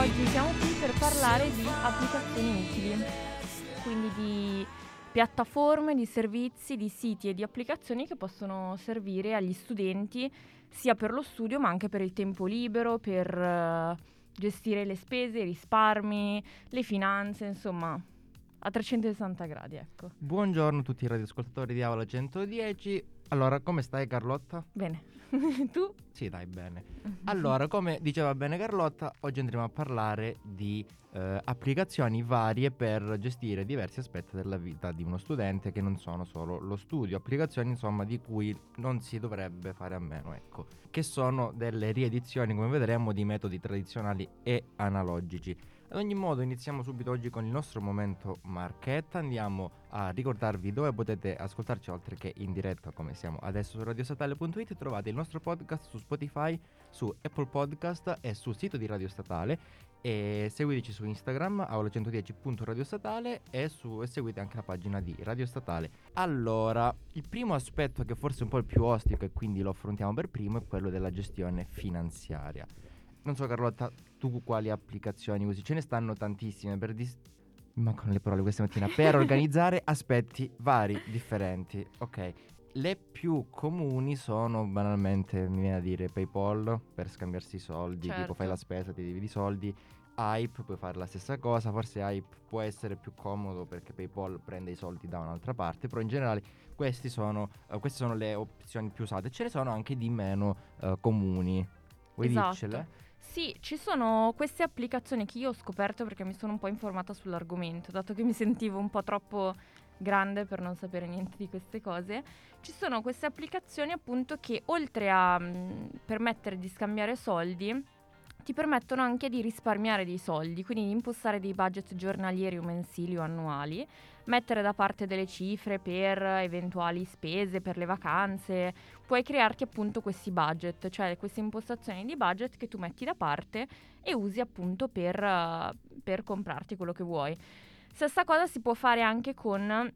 Oggi siamo qui per parlare di applicazioni utili, quindi di piattaforme, di servizi, di siti e di applicazioni che possono servire agli studenti sia per lo studio ma anche per il tempo libero, per gestire le spese, i risparmi, le finanze, insomma a 360 gradi, ecco. Buongiorno a tutti i radioascoltatori di Aula 110. Allora, come stai Carlotta? Bene. Tu? Sì, dai, bene. Allora, come diceva bene Carlotta, oggi andremo a parlare di applicazioni varie per gestire diversi aspetti della vita di uno studente che non sono solo lo studio. Applicazioni, insomma, di cui non si dovrebbe fare a meno, ecco. Che sono delle riedizioni, come vedremo, di metodi tradizionali e analogici. Ad ogni modo iniziamo subito oggi con il nostro momento marchetta. Andiamo a ricordarvi dove potete ascoltarci oltre che in diretta come siamo adesso su radiostatale.it. Trovate il nostro podcast su Spotify, su Apple Podcast e sul sito di Radio Statale. E seguiteci su Instagram aula110.radiostatale e seguite anche la pagina di Radio Statale. Allora, il primo aspetto, che forse è un po' il più ostico e quindi lo affrontiamo per primo, è quello della gestione finanziaria. Non so Carlotta, tu quali applicazioni usi? Ce ne stanno tantissime mi mancano le parole questa mattina, per organizzare aspetti vari, differenti. Ok, le più comuni sono banalmente, mi viene a dire, PayPal per scambiarsi i soldi, Certo. tipo fai la spesa, ti dividi i soldi. Hype, puoi fare la stessa cosa, forse Hype può essere più comodo perché PayPal prende i soldi da un'altra parte, però in generale queste sono le opzioni più usate. Ce ne sono anche di meno comuni. Vuoi dircele? Sì, ci sono queste applicazioni che io ho scoperto perché mi sono un po' informata sull'argomento, dato che mi sentivo un po' troppo grande per non sapere niente di queste cose. Ci sono queste applicazioni appunto che oltre a permettere di scambiare soldi, ti permettono anche di risparmiare dei soldi, quindi di impostare dei budget giornalieri o mensili o annuali, mettere da parte delle cifre per eventuali spese, per le vacanze. Puoi crearti appunto questi budget, cioè queste impostazioni di budget che tu metti da parte e usi appunto per comprarti quello che vuoi. Stessa cosa si può fare anche con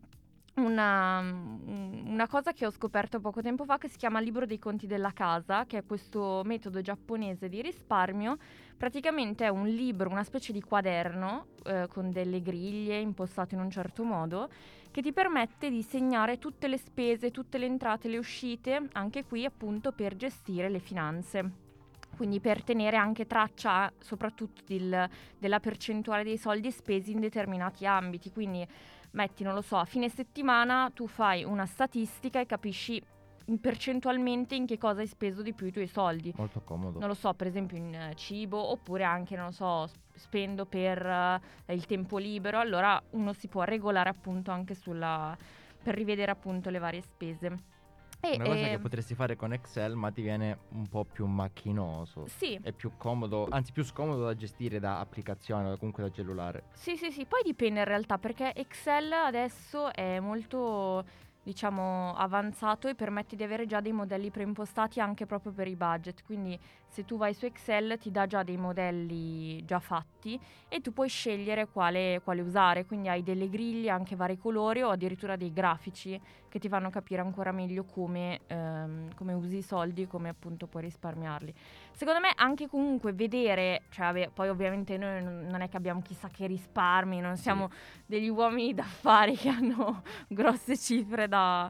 una cosa che ho scoperto poco tempo fa, che si chiama libro dei conti della casa, che è questo metodo giapponese di risparmio. Praticamente è un libro, una specie di quaderno con delle griglie impostate in un certo modo, che ti permette di segnare tutte le spese, tutte le entrate, le uscite, anche qui appunto per gestire le finanze. Quindi per tenere anche traccia soprattutto della percentuale dei soldi spesi in determinati ambiti. Quindi metti, non lo so, a fine settimana tu fai una statistica e capisci percentualmente in che cosa hai speso di più i tuoi soldi. Molto comodo. Non lo so, per esempio in cibo, oppure anche, non lo so, spendo per il tempo libero. Allora uno si può regolare appunto anche per rivedere appunto le varie spese. Una cosa che potresti fare con Excel, ma ti viene un po' più macchinoso. Sì. È più comodo, anzi più scomodo da gestire da applicazione o comunque da cellulare. Sì, poi dipende in realtà, perché Excel adesso è molto, diciamo, avanzato e permette di avere già dei modelli preimpostati anche proprio per i budget. Quindi se tu vai su Excel ti dà già dei modelli già fatti e tu puoi scegliere quale usare. Quindi hai delle griglie, anche vari colori, o addirittura dei grafici che ti fanno capire ancora meglio come usi i soldi, come appunto puoi risparmiarli. Secondo me anche comunque vedere, cioè poi ovviamente noi non è che abbiamo chissà che risparmi, non siamo degli uomini d'affari che hanno grosse cifre da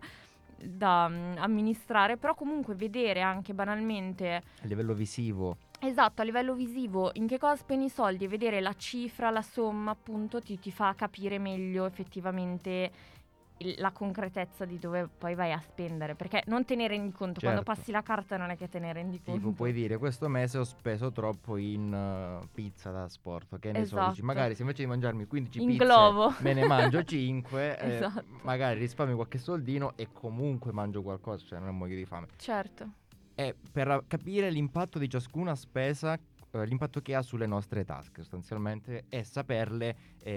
amministrare, però comunque vedere anche banalmente A livello visivo. Esatto, a livello visivo in che cosa spendi i soldi e vedere la cifra, la somma appunto ti fa capire meglio effettivamente la concretezza di dove poi vai a spendere, perché non te ne rendi conto. Certo. Quando passi la carta non è che te ne rendi conto. Tipo puoi dire questo mese ho speso troppo in pizza da sport, che ne so, dici, Esatto. magari se invece di mangiarmi 15 In pizze globo. me ne mangio 5 Esatto. magari risparmio qualche soldino e comunque mangio qualcosa, cioè non muoio di fame. Certo. E per capire l'impatto di ciascuna spesa, l'impatto che ha sulle nostre tasche sostanzialmente, e saperle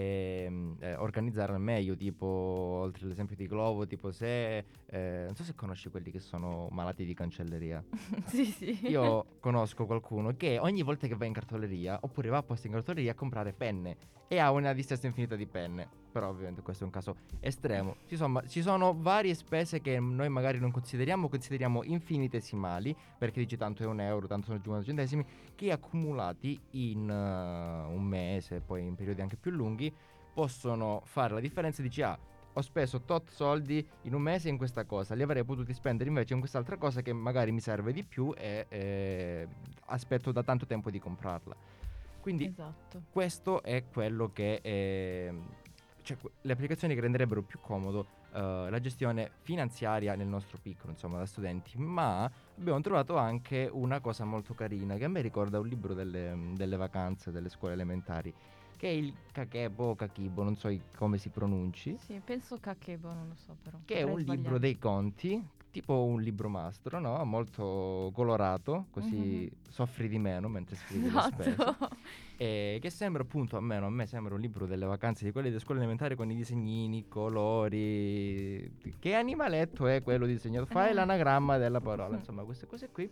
organizzare al meglio, tipo oltre all'esempio di Glovo, tipo se non so se conosci quelli che sono malati di cancelleria. Sì. Io conosco qualcuno che ogni volta che va in cartoleria oppure va apposta in cartoleria a comprare penne e ha una distinzione infinita di penne. però ovviamente questo è un caso estremo. Insomma, ci sono varie spese che noi magari non consideriamo infinitesimali, perché dici tanto è un euro, tanto sono 50 centesimi, che accumulati in un mese, poi in periodi anche più lunghi, possono fare la differenza. Dici, ho speso tot soldi in un mese in questa cosa, li avrei potuti spendere invece in quest'altra cosa che magari mi serve di più e aspetto da tanto tempo di comprarla. Quindi Esatto. questo è quello che cioè le applicazioni che renderebbero più comodo la gestione finanziaria nel nostro piccolo, insomma, da studenti. Ma abbiamo trovato anche una cosa molto carina che a me ricorda un libro delle vacanze delle scuole elementari, che è il Kakibo, non so come si pronunci, Sì, penso Kakebo, non lo so però. che è un libro dei conti, tipo un libro mastro, no? Molto colorato, così soffri di meno mentre scrivi le spese. Esatto. E che sembra appunto, almeno a me sembra un libro delle vacanze di quelli delle scuole elementari con i disegnini, colori. Che animaletto è quello disegnato? Fai l'anagramma della parola, insomma, queste cose qui.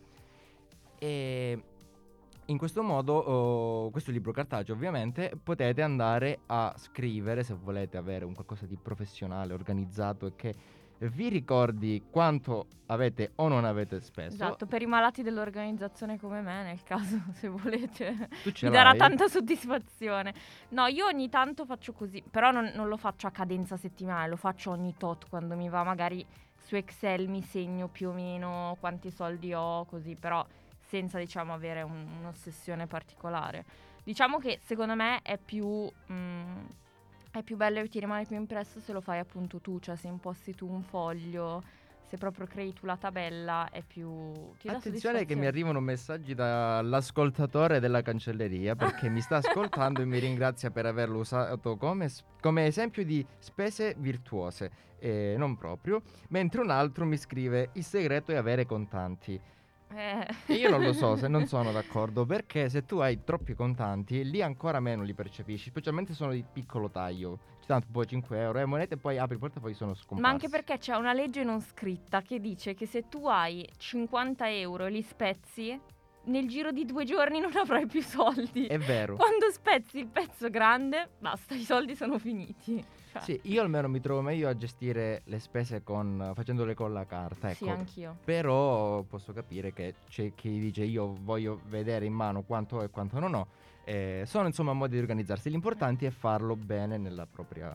E in questo modo, questo libro cartaceo ovviamente, potete andare a scrivere, se volete avere un qualcosa di professionale, organizzato e che vi ricordi quanto avete o non avete speso. Esatto, per i malati dell'organizzazione come me, nel caso, se volete, Tu ce mi darà l'hai? tanta soddisfazione. No, io ogni tanto faccio così, però non lo faccio a cadenza settimanale, lo faccio ogni tot, quando mi va magari su Excel mi segno più o meno quanti soldi ho, così, però senza, diciamo, avere un'ossessione particolare. Diciamo che secondo me è più bello e ti rimane più impresso se lo fai appunto tu, cioè se imposti tu un foglio, se proprio crei tu la tabella è più... ti dà Attenzione che mi soddisfazione. arrivano messaggi dall'ascoltatore della cancelleria, perché mi sta ascoltando e mi ringrazia per averlo usato come esempio di spese virtuose, non proprio, mentre un altro mi scrive: il segreto è avere contanti. E io non lo so se non sono d'accordo, perché se tu hai troppi contanti, lì ancora meno li percepisci, specialmente sono di piccolo taglio. Tanto poi 5 euro e monete, e poi apri il portafoglio, sono scomparsi. Ma anche perché c'è una legge non scritta che dice che se tu hai 50 euro e li spezzi, nel giro di 2 giorni non avrai più soldi. È vero. Quando spezzi il pezzo grande, basta, i soldi sono finiti. Cioè. Sì, io almeno mi trovo meglio a gestire le spese facendole con la carta, ecco. Sì, anch'io. Però posso capire che c'è chi dice: io voglio vedere in mano quanto ho e quanto non ho. Sono insomma modi di organizzarsi. L'importante è farlo bene nella propria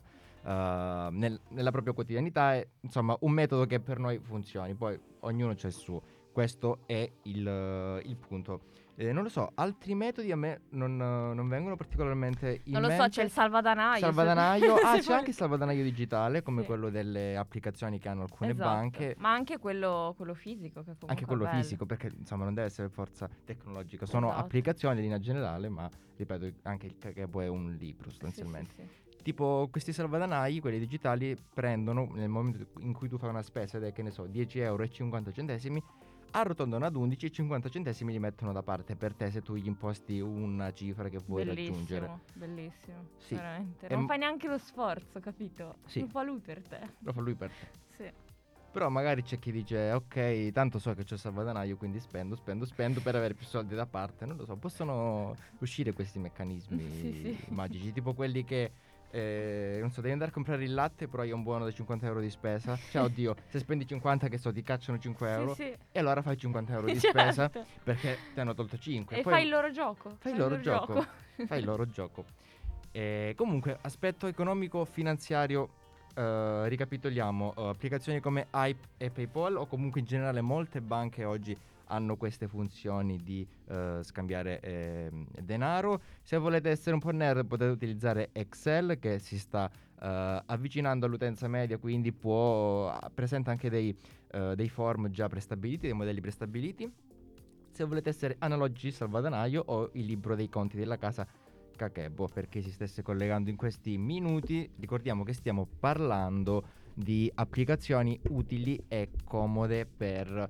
quotidianità. E, insomma, un metodo che per noi funzioni. Poi ognuno c'ha il suo. Questo è il punto. Non lo so, altri metodi a me non vengono particolarmente in Non lo mente. so, c'è il salvadanaio. Salvadanaio, se c'è vuoi. anche il salvadanaio digitale, come Sì. quello delle applicazioni che hanno alcune Esatto. banche. Ma anche quello fisico, che comunque Anche quello è bello. fisico, perché insomma non deve essere forza tecnologica. Sono Esatto. applicazioni in linea generale, ma ripeto, anche il Kakebo è un libro sostanzialmente. Sì. Tipo questi salvadanai, quelli digitali, prendono nel momento in cui tu fai una spesa ed è, che ne so, 10 euro e 50 centesimi, arrotondano ad 11 e 50 centesimi li mettono da parte per te se tu gli imposti una cifra che vuoi raggiungere. Bellissimo, Sì. veramente. Non fai neanche lo sforzo, capito? Sì. Lo fa lui per te. Lo fa lui per te. Sì. Però magari c'è chi dice: ok, tanto so che c'è il salvadanaio, quindi spendo per avere più soldi da parte. Non lo so, possono uscire questi meccanismi Sì. magici, tipo quelli che non so, devi andare a comprare il latte, però hai un buono da 50 euro di spesa. Cioè, oddio, se spendi 50, che so, ti cacciano 5 euro. Sì. E allora fai 50 euro di Certo. spesa perché ti hanno tolto 5. E Poi fai il loro gioco. Fai il loro gioco. Fai il loro gioco. Comunque, aspetto economico-finanziario. Ricapitoliamo: applicazioni come Hype e PayPal, o comunque in generale molte banche oggi hanno queste funzioni di scambiare denaro. Se volete essere un po' nerd, potete utilizzare Excel, che si sta avvicinando all'utenza media, quindi presenta anche dei form già prestabiliti, dei modelli prestabiliti. Se volete essere analogici, salvadanaio o il libro dei conti della casa Kakebo. Per chi si stesse collegando in questi minuti, ricordiamo che stiamo parlando di applicazioni utili e comode per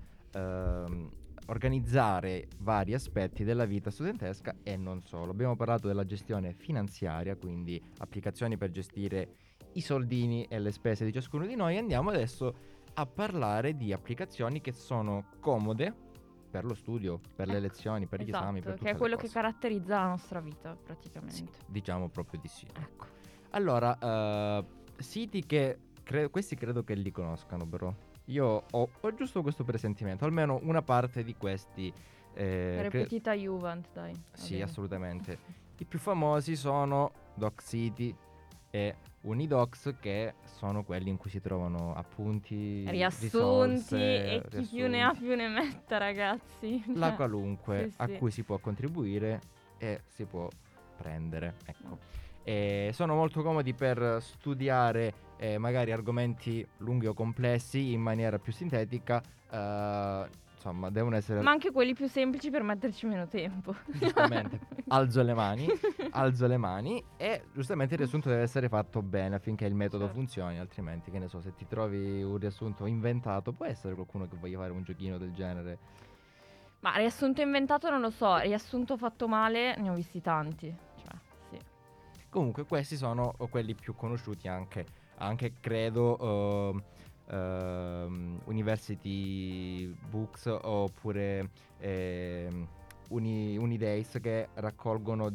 organizzare vari aspetti della vita studentesca e non solo. Abbiamo parlato della gestione finanziaria, quindi applicazioni per gestire i soldini e le spese di ciascuno di noi. Andiamo adesso a parlare di applicazioni che sono comode per lo studio, per le lezioni, per gli esami, per tutte che è quello le che cose. caratterizza la nostra vita praticamente. Sì, diciamo proprio di sì. Ecco. Allora, siti che questi credo che li conoscano, però io ho giusto questo presentimento, almeno una parte di questi. Repetita Juvent, dai. Va Sì, bene. assolutamente. I più famosi sono DocCity e Unidocs, che sono quelli in cui si trovano appunti, Riassunti risorse, e chi più ne ha riassunti, più ne metta, ragazzi. la Cioè, qualunque sì, a sì. cui si può contribuire e si può prendere, ecco. E sono molto comodi per studiare magari argomenti lunghi o complessi in maniera più sintetica. Insomma, devono essere Ma anche quelli più semplici per metterci meno tempo. giustamente alzo le mani e giustamente il riassunto deve essere fatto bene affinché il metodo Certo. funzioni, altrimenti che ne so, se ti trovi un riassunto inventato, può essere qualcuno che voglia fare un giochino del genere. Ma riassunto inventato non lo so, riassunto fatto male ne ho visti tanti. Cioè, sì. Comunque questi sono quelli più conosciuti anche credo University Books oppure Unidays, che raccolgono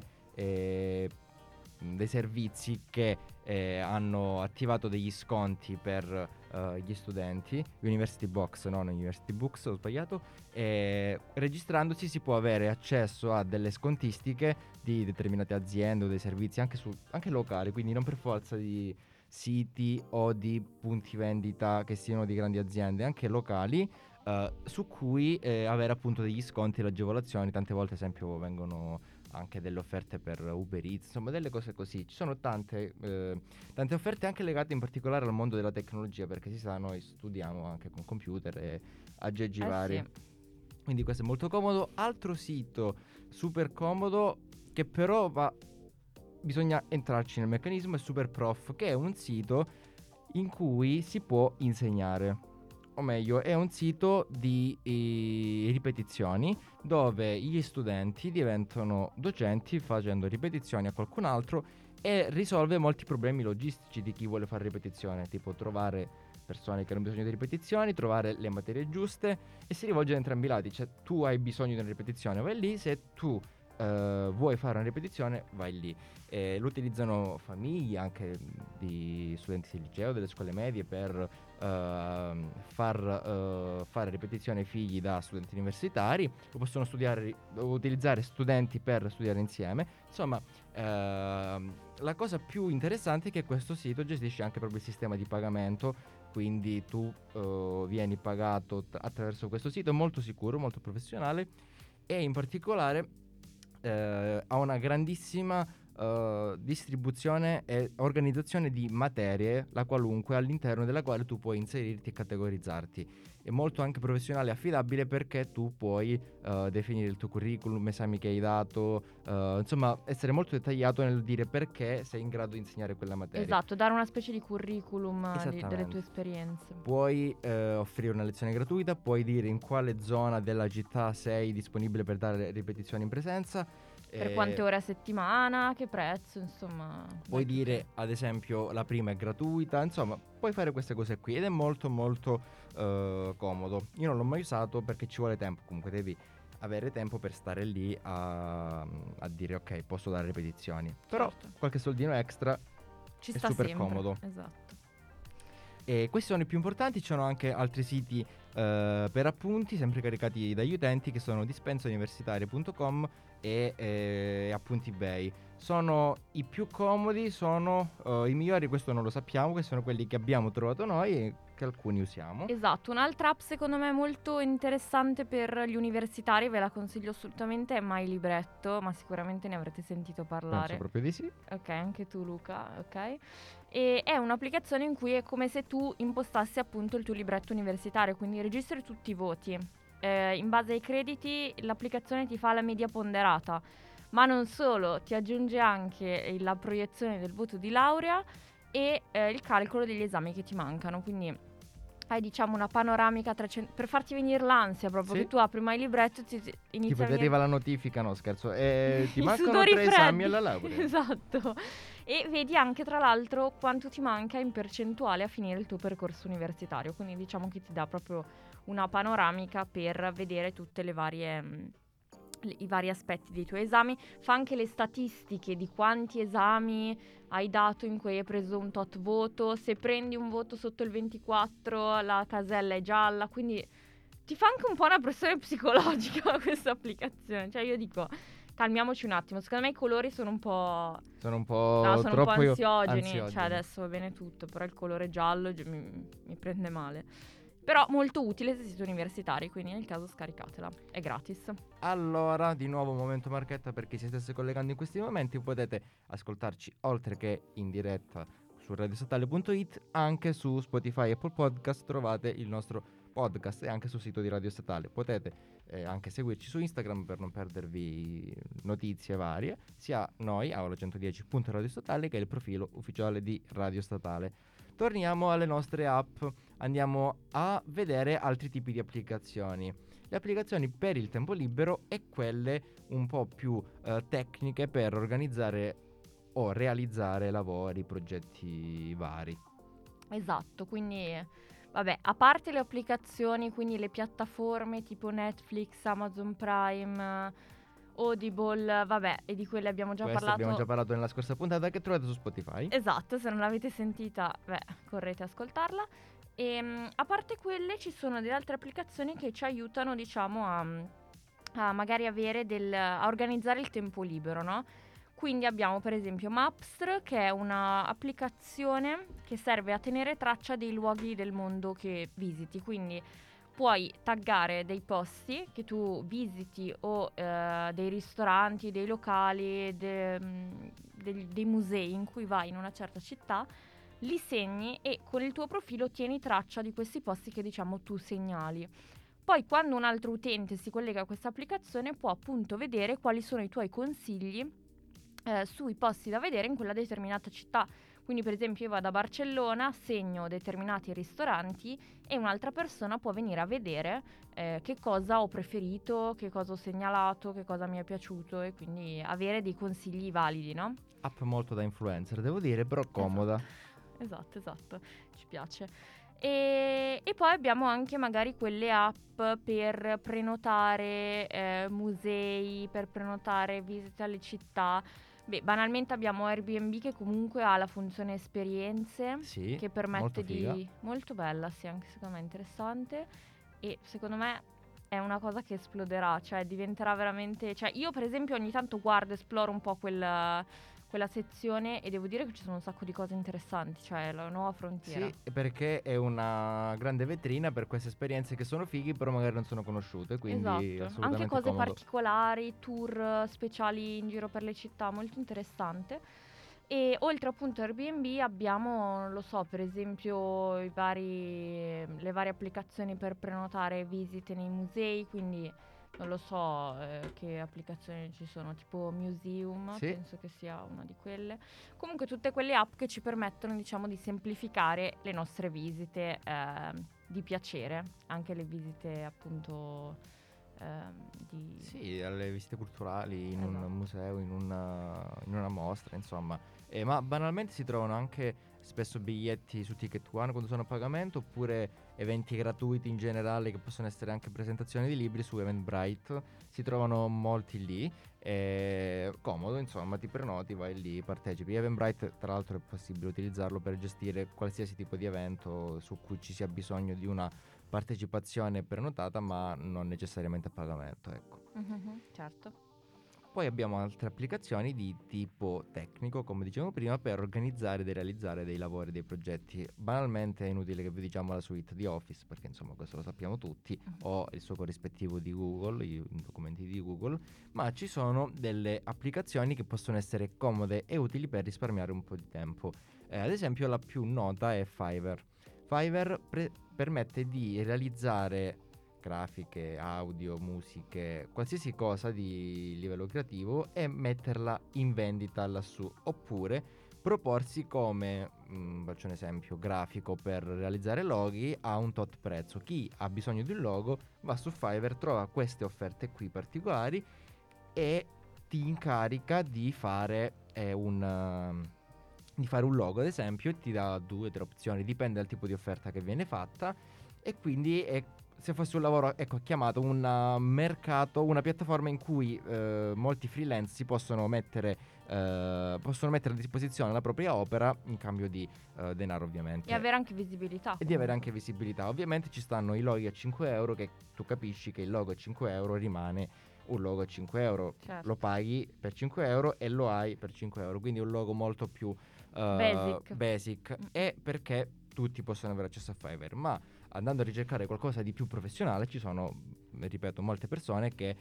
dei servizi che hanno attivato degli sconti per gli studenti. University Box, non University Books, ho sbagliato. Registrandosi si può avere accesso a delle scontistiche di determinate aziende o dei servizi anche locali, quindi non per forza di siti o di punti vendita che siano di grandi aziende, anche locali, su cui avere appunto degli sconti e le agevolazioni. Tante volte, ad esempio, vengono anche delle offerte per Uber Eats, insomma delle cose così. Ci sono tante offerte anche legate in particolare al mondo della tecnologia, perché si sa, noi studiamo anche con computer e aggeggi vari. Sì. Quindi questo è molto comodo. Altro sito super comodo che però bisogna entrarci nel meccanismo è Superprof, che è un sito in cui si può insegnare. O meglio, è un sito di ripetizioni dove gli studenti diventano docenti facendo ripetizioni a qualcun altro, e risolve molti problemi logistici di chi vuole fare ripetizione, tipo trovare persone che hanno bisogno di ripetizioni, trovare le materie giuste, e si rivolge a entrambi i lati. Cioè, tu hai bisogno di una ripetizione, vai lì; se tu vuoi fare una ripetizione, vai lì. Lo utilizzano famiglie anche di studenti del liceo, delle scuole medie, per fare ripetizioni ai figli da studenti universitari. Lo possono utilizzare studenti per studiare insieme. Insomma, la cosa più interessante è che questo sito gestisce anche proprio il sistema di pagamento, quindi tu vieni pagato attraverso questo sito. È molto sicuro, molto professionale, e in particolare ha una grandissima distribuzione e organizzazione di materie, la qualunque, all'interno della quale tu puoi inserirti e categorizzarti. È molto anche professionale e affidabile, perché tu puoi definire il tuo curriculum, esami che hai dato, insomma essere molto dettagliato nel dire perché sei in grado di insegnare quella materia. Esatto, dare una specie di curriculum delle Esattamente. tue esperienze. Puoi offrire una lezione gratuita, puoi dire in quale zona della città sei disponibile per dare ripetizioni in presenza. Per quante ore a settimana, che prezzo, insomma. Puoi dai, dire, ad esempio, la prima è gratuita, insomma, puoi fare queste cose qui, ed è molto molto comodo. Io non l'ho mai usato perché ci vuole tempo, comunque devi avere tempo per stare lì a dire ok, posso dare ripetizioni. Però Certo. qualche soldino extra Ci è sta super sempre. comodo. Esatto. E questi sono i più importanti. Ci sono anche altri siti per appunti, sempre caricati dagli utenti, che sono dispensauniversitaria.com e Appunti Bay. Sono i più comodi, sono i migliori, questo non lo sappiamo, questi sono quelli che abbiamo trovato noi e che alcuni usiamo. Esatto, un'altra app secondo me molto interessante per gli universitari, ve la consiglio assolutamente, è MyLibretto, ma sicuramente ne avrete sentito parlare. Penso proprio di sì. Ok, anche tu Luca, ok. E è un'applicazione in cui è come se tu impostassi appunto il tuo libretto universitario, quindi registri tutti i voti. In base ai crediti l'applicazione ti fa la media ponderata, ma non solo, ti aggiunge anche la proiezione del voto di laurea e il calcolo degli esami che ti mancano, quindi hai diciamo una panoramica 300 per farti venire l'ansia proprio, Sì. che tu apri mai il libretto e ti inizia Tipo a ti venire arriva la notifica, no scherzo, ti i mancano sudori 3 esami freddi. alla laurea. Esatto. E vedi anche tra l'altro quanto ti manca in percentuale a finire il tuo percorso universitario, quindi diciamo che ti dà proprio una panoramica per vedere tutte le varie i vari aspetti dei tuoi esami, fa anche le statistiche di quanti esami hai dato in cui hai preso un tot voto, se prendi un voto sotto il 24 la casella è gialla, quindi ti fa anche un po' una pressione psicologica questa applicazione, cioè io dico calmiamoci un attimo, secondo me i colori sono un po'... Sono un No, po' sono un po' troppo ansiogeni, cioè adesso va bene tutto, però il colore giallo mi prende male. Però molto utile se siete universitari, quindi nel caso scaricatela, è gratis. Allora, di nuovo momento marchetta per chi si stesse collegando in questi momenti, potete ascoltarci oltre che in diretta su radiostatale.it, anche su Spotify e Apple Podcast trovate il nostro podcast e anche sul sito di Radio Statale. Potete anche seguirci su Instagram per non perdervi notizie varie, sia noi, Aula 110.Radio Statale, che il profilo ufficiale di Radio Statale. Torniamo alle nostre app, andiamo a vedere altri tipi di applicazioni. Le applicazioni per il tempo libero e quelle un po' più tecniche per organizzare o realizzare lavori, progetti vari. Esatto, quindi vabbè, a parte le applicazioni, quindi le piattaforme tipo Netflix, Amazon Prime, Audible, vabbè, e di quelle abbiamo già Questo parlato. abbiamo già parlato nella scorsa puntata, che trovate su Spotify. Esatto, se non l'avete sentita, beh, correte a ascoltarla. E a parte quelle ci sono delle altre applicazioni che ci aiutano, diciamo, a magari a organizzare il tempo libero, no? Quindi abbiamo per esempio Mapster, che è una applicazione che serve a tenere traccia dei luoghi del mondo che visiti. Quindi puoi taggare dei posti che tu visiti o dei ristoranti, dei locali, dei musei in cui vai in una certa città, li segni e con il tuo profilo tieni traccia di questi posti che diciamo tu segnali. Poi quando un altro utente si collega a questa applicazione può appunto vedere quali sono i tuoi consigli sui posti da vedere in quella determinata città. Quindi per esempio io vado a Barcellona, segno determinati ristoranti e un'altra persona può venire a vedere che cosa ho preferito, che cosa ho segnalato, che cosa mi è piaciuto e quindi avere dei consigli validi, no? App molto da influencer, devo dire, però comoda. Esatto, ci piace. E poi abbiamo anche magari quelle app per prenotare musei, per prenotare visite alle città. Beh, banalmente abbiamo Airbnb che comunque ha la funzione esperienze, Sì, che permette molto figa. Molto bella, sì, anche secondo me interessante. E secondo me è una cosa che esploderà, cioè diventerà veramente... Cioè io per esempio ogni tanto guardo, esploro un po' quella sezione e devo dire che ci sono un sacco di cose interessanti, cioè la nuova frontiera. Sì, perché è una grande vetrina per queste esperienze che sono fighi, però magari non sono conosciute, quindi Esatto, assolutamente anche cose comodo. particolari, tour speciali in giro per le città, molto interessante. E oltre appunto a Airbnb abbiamo, non lo so, per esempio le varie applicazioni per prenotare visite nei musei, quindi non lo so che applicazioni ci sono, tipo Museum, Sì. penso che sia una di quelle. Comunque tutte quelle app che ci permettono, diciamo, di semplificare le nostre visite di piacere, anche le visite appunto di... Sì, alle visite culturali, in Esatto. un museo, in una mostra, insomma. Ma banalmente si trovano anche spesso biglietti su Ticket One quando sono a pagamento, oppure eventi gratuiti in generale che possono essere anche presentazioni di libri su Eventbrite. Si trovano molti lì. Comodo, insomma, ti prenoti, vai lì, partecipi. Eventbrite, tra l'altro, è possibile utilizzarlo per gestire qualsiasi tipo di evento su cui ci sia bisogno di una partecipazione prenotata, ma non necessariamente a pagamento, ecco. Certo. Poi abbiamo altre applicazioni di tipo tecnico, come dicevo prima, per organizzare e realizzare dei lavori, dei progetti. Banalmente è inutile che vi diciamo la suite di Office, perché insomma questo lo sappiamo tutti, o il suo corrispettivo di Google, i documenti di Google, ma ci sono delle applicazioni che possono essere comode e utili per risparmiare un po' di tempo. Ad esempio la più nota è Fiverr. Fiverr permette di realizzare grafiche, audio, musiche, qualsiasi cosa di livello creativo e metterla in vendita lassù, oppure proporsi come, faccio un esempio grafico, per realizzare loghi a un tot prezzo. Chi ha bisogno di un logo va su Fiverr, trova queste offerte qui particolari e ti incarica di fare un logo, ad esempio, e ti dà 2 o 3 opzioni, dipende dal tipo di offerta che viene fatta, e quindi è se fosse un lavoro, ecco, chiamato un mercato, una piattaforma in cui molti freelance si possono mettere a disposizione la propria opera in cambio di denaro, ovviamente. E avere anche visibilità. E di avere anche visibilità. Ovviamente ci stanno i loghi a 5 euro, che tu capisci che il logo a 5 euro rimane un logo a 5 euro. Certo. Lo paghi per 5 euro e lo hai per 5 euro. Quindi è un logo molto più basic. E perché tutti possono avere accesso a Fiverr. Ma andando a ricercare qualcosa di più professionale, ci sono, ripeto, molte persone che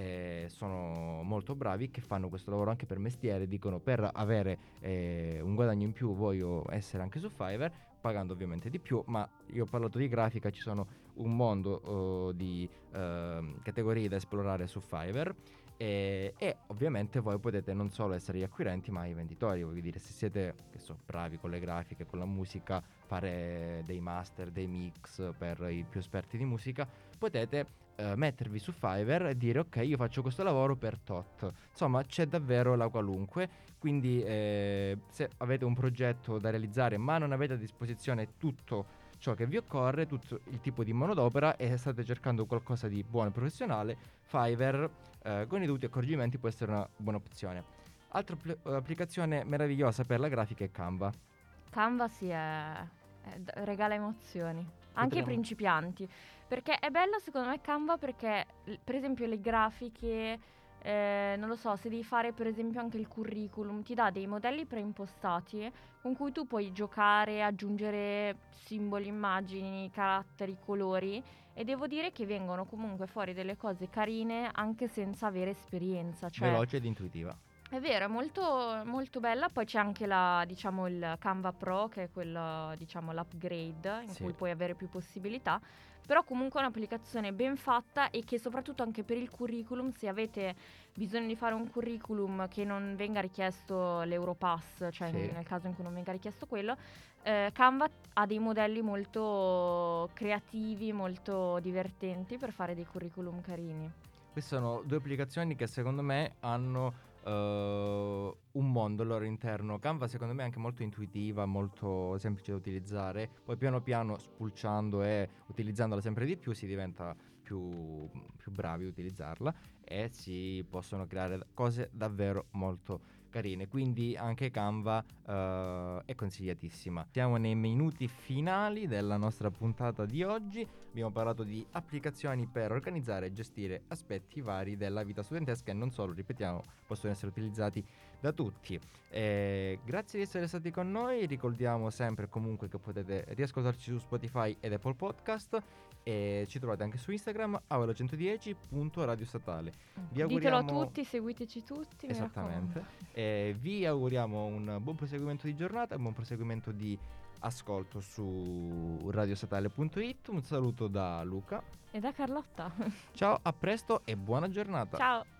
sono molto bravi, che fanno questo lavoro anche per mestiere. Dicono: per avere un guadagno in più voglio essere anche su Fiverr, pagando ovviamente di più. Ma io ho parlato di grafica, ci sono un mondo di categorie da esplorare su Fiverr. E ovviamente voi potete non solo essere gli acquirenti, ma i venditori. Voglio dire, se siete, che so, bravi con le grafiche, con la musica, fare dei master, dei mix per i più esperti di musica, potete mettervi su Fiverr e dire: ok, io faccio questo lavoro per tot. Insomma, c'è davvero la qualunque. Quindi se avete un progetto da realizzare ma non avete a disposizione tutto ciò che vi occorre, tutto il tipo di manodopera, e state cercando qualcosa di buono e professionale, Fiverr con i dovuti accorgimenti può essere una buona opzione. Altra applicazione meravigliosa per la grafica è Canva. Canva regala emozioni, anche ai principianti, perché è bella secondo me Canva, perché per esempio le grafiche, non lo so, se devi fare per esempio anche il curriculum, ti dà dei modelli preimpostati con cui tu puoi giocare, aggiungere simboli, immagini, caratteri, colori, e devo dire che vengono comunque fuori delle cose carine anche senza avere esperienza, cioè veloce ed intuitiva. è vero, è molto, molto bella. Poi c'è anche diciamo, il Canva Pro, che è quello, diciamo, l'upgrade in cui puoi avere più possibilità. Però comunque è un'applicazione ben fatta, e che soprattutto anche per il curriculum, se avete bisogno di fare un curriculum che non venga richiesto l'Europass, cioè nel caso in cui non venga richiesto quello, Canva ha dei modelli molto creativi, molto divertenti per fare dei curriculum carini. Queste sono due applicazioni che secondo me hanno un mondo al loro interno. Canva secondo me è anche molto intuitiva, molto semplice da utilizzare. Poi piano piano, spulciando e utilizzandola sempre di più, si diventa più bravi a utilizzarla e si possono creare cose davvero molto carine. Quindi anche Canva è consigliatissima. Siamo nei minuti finali della nostra puntata di oggi. Abbiamo parlato di applicazioni per organizzare e gestire aspetti vari della vita studentesca, e non solo, ripetiamo, possono essere utilizzati da tutti. Grazie di essere stati con noi. Ricordiamo sempre comunque che potete riascoltarci su Spotify ed Apple Podcast, e ci trovate anche su Instagram avelo110.radiostatale. Ditelo a tutti, seguiteci tutti. Esattamente. Vi auguriamo un buon proseguimento di giornata, un buon proseguimento di ascolto su radiostatale.it. Un saluto da Luca e da Carlotta. Ciao, a presto e buona giornata. Ciao.